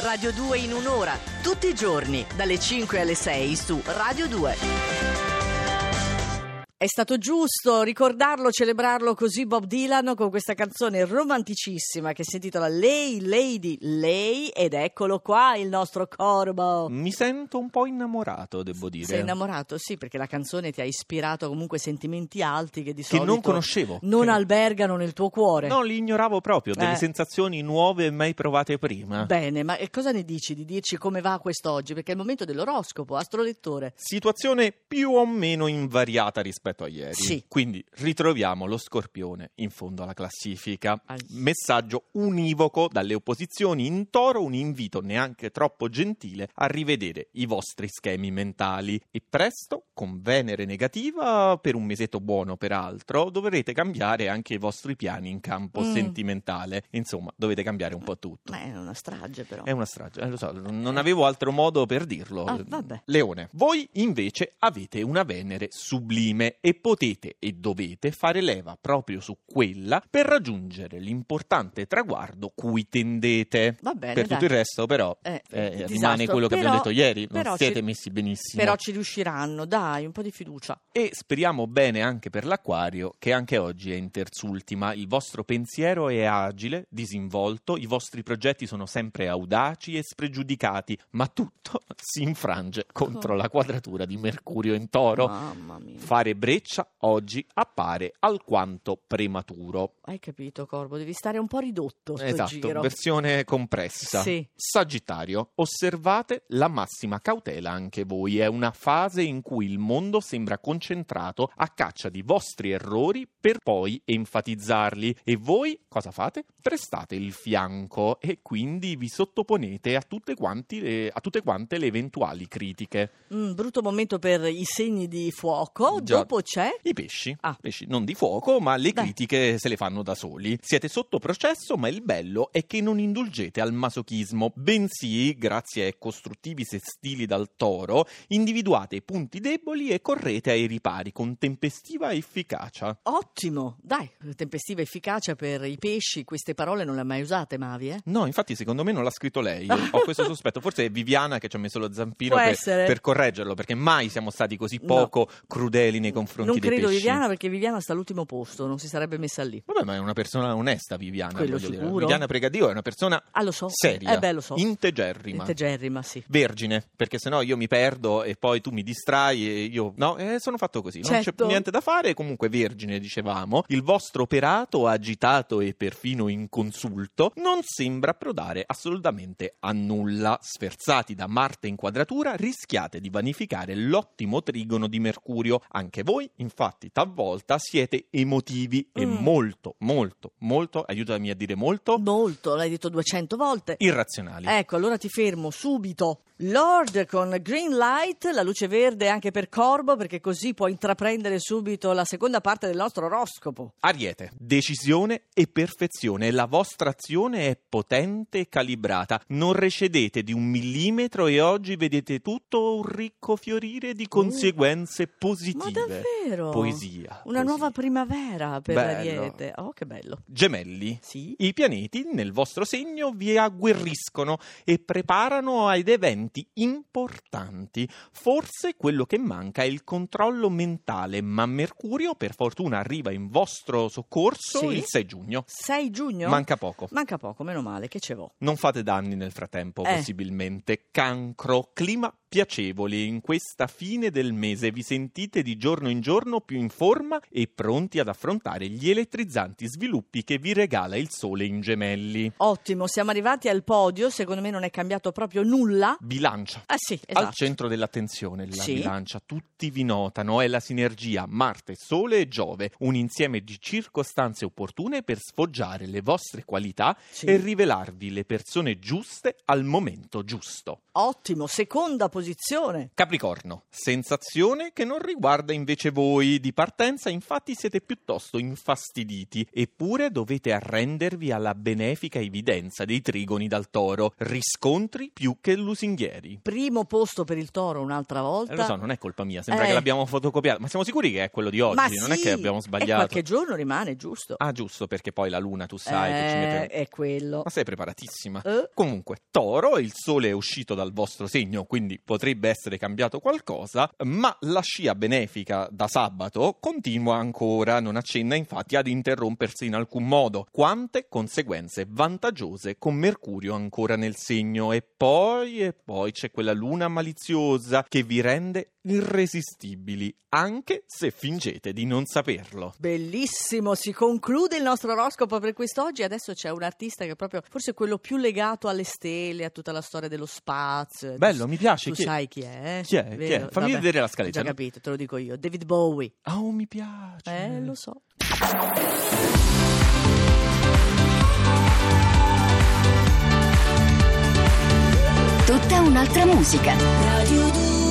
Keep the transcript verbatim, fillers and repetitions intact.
Radio due in un'ora, tutti i giorni, dalle cinque alle sei su Radio due. È stato giusto ricordarlo, celebrarlo così Bob Dylan con questa canzone romanticissima che si intitola Lei, Lady, Lei, ed eccolo qua il nostro Corbo. Mi sento un po' innamorato, devo dire. Sei innamorato? Sì, perché la canzone ti ha ispirato comunque sentimenti alti che di solito che non conoscevo. Non che... albergano nel tuo cuore. No, li ignoravo proprio, delle eh. sensazioni nuove mai provate prima. Bene, ma cosa ne dici di dirci come va quest'oggi? Perché è il momento dell'oroscopo, astrolettore. Situazione più o meno invariata rispetto a ieri. Sì. Quindi ritroviamo lo Scorpione in fondo alla classifica. Al... Messaggio univoco dalle opposizioni in Toro, un invito neanche troppo gentile a rivedere i vostri schemi mentali. E presto, con Venere negativa, per un mesetto buono peraltro, dovrete cambiare anche i vostri piani in campo mm. sentimentale. Insomma, dovete cambiare un po' tutto. Ma è una strage però. È una strage, eh, lo so, non avevo altro modo per dirlo. Ah, vabbè. Leone, voi invece avete una Venere sublime e potete e dovete fare leva proprio su quella per raggiungere l'importante traguardo cui tendete. Va bene, per dai. tutto il resto però eh, eh, rimane quello che però, abbiamo detto ieri, non siete ci, messi benissimo. Però ci riusciranno, dai, un po' di fiducia. E speriamo bene anche per l'Acquario, che anche oggi è in terzultima. Il vostro pensiero è agile, disinvolto, i vostri progetti sono sempre audaci e spregiudicati, ma tutto si infrange contro oh. la quadratura di Mercurio in Toro. Mamma mia. Fare breccia oggi appare alquanto prematuro. Hai capito, Corbo? Devi stare un po' ridotto sto esatto, giro. Versione compressa. Sì. Sagittario, osservate la massima cautela anche voi. È una fase in cui il mondo sembra concentrato a caccia di vostri errori per poi enfatizzarli. E voi cosa fate? Prestate il fianco e quindi vi sottoponete a tutte, quanti le, a tutte quante le eventuali critiche. Mm, brutto momento per i segni di fuoco. Già. Dopo c'è I pesci, ah. pesci non di fuoco, ma le Beh. critiche se le fanno da soli. Siete sotto processo, ma il bello è che non indulgete al masochismo, bensì, grazie ai costruttivi sestili dal Toro, individuate i punti deboli e correte ai ripari con tempestiva efficacia. Ottimo, dai, tempestiva efficacia per i pesci, queste parole non le ha mai usate Mavi, eh? No, infatti secondo me non l'ha scritto lei, ho questo sospetto, forse è Viviana che ci ha messo lo zampino Può per, essere. per correggerlo, perché mai siamo stati così poco no. crudeli nei confronti non dei pesci. Non credo Viviana, perché Viviana sta all'ultimo posto, non si sarebbe messa lì. Vabbè, ma è una persona onesta Viviana. Quello sicuro. Dire. Viviana Pregadio è una persona ah, lo so. seria, eh beh, lo so. integerrima. Integerrima, sì. Vergine, perché sennò io mi perdo e poi tu mi distrai e io... No, eh, sono fatto così, non certo. c'è niente da fare, comunque vergine, dicevamo. Il vostro operato, agitato e perfino inconsulto, non sembra approdare assolutamente a nulla. Sferzati da Marte in quadratura, rischiate di vanificare l'ottimo trigono di Mercurio. Anche voi, infatti, talvolta siete emotivi mm. e molto, molto, molto, aiutami a dire molto... Molto, l'hai detto duecento volte. Irrazionali. Ecco, allora ti fermo subito. Lord con Green Light, la luce verde anche per Corbo, perché così può intraprendere subito la seconda parte del nostro oroscopo. Ariete, decisione e perfezione. La vostra azione è potente e calibrata. Non recedete di un millimetro e oggi vedete tutto un ricco fiorire di conseguenze uh, positive. Ma davvero? Poesia. Una poesia. nuova primavera per bello. Ariete. Oh, che bello. Gemelli. Sì. I pianeti nel vostro segno vi agguerriscono e preparano ad eventi importanti. Forse quello che manca è il controllo mentale, ma Mercurio per fortuna arriva in vostro soccorso sì? il sei giugno. sei giugno? Manca poco. Manca poco, meno male, che ce vo'. Non fate danni nel frattempo, eh. possibilmente. Cancro, clima piacevoli. In questa fine del mese vi sentite di giorno in giorno più in forma e pronti ad affrontare gli elettrizzanti sviluppi che vi regala il sole in Gemelli. Ottimo, siamo arrivati al podio, secondo me non è cambiato proprio nulla. Bilancia. Ah sì, esatto. Al centro dell'attenzione la sì. bilancia, tutti vi notano, è la sinergia Marte, Sole e Giove, un insieme di circostanze opportune per sfoggiare le vostre qualità sì. e rivelarvi le persone giuste al momento giusto. Ottimo, seconda posizione. Capricorno, sensazione che non riguarda invece invece voi di partenza infatti siete piuttosto infastiditi, eppure dovete arrendervi alla benefica evidenza dei trigoni dal toro, riscontri più che lusinghieri. Primo posto per il toro un'altra volta. Eh, lo so, non è colpa mia, sembra Eh. che l'abbiamo fotocopiato, ma siamo sicuri che è quello di oggi? Ma non sì, è che abbiamo E sbagliato? qualche giorno rimane, giusto? Ah, giusto, perché poi la luna, tu sai che ci Eh, mette... è quello. Ma sei preparatissima. Eh? Comunque, Toro, il sole è uscito dal vostro segno, quindi potrebbe essere cambiato qualcosa, ma la scia benefica da sabato continua ancora, non accenna infatti ad interrompersi in alcun modo. Quante conseguenze vantaggiose con Mercurio ancora nel segno, e poi, e poi c'è quella luna maliziosa che vi rende irresistibili, anche se fingete di non saperlo. Bellissimo, si conclude il nostro oroscopo per quest'oggi. Adesso c'è un artista che è proprio forse quello più legato alle stelle, a tutta la storia dello spazio. Bello, tu, mi piace. Tu Chi è? sai chi è? Chi è? Chi è? Vero? Fammi Vabbè, vedere la ho scaletta. già capito, te lo dico io. David Bowie. Oh, mi piace. Eh, lo so. Tutta un'altra musica. Radio due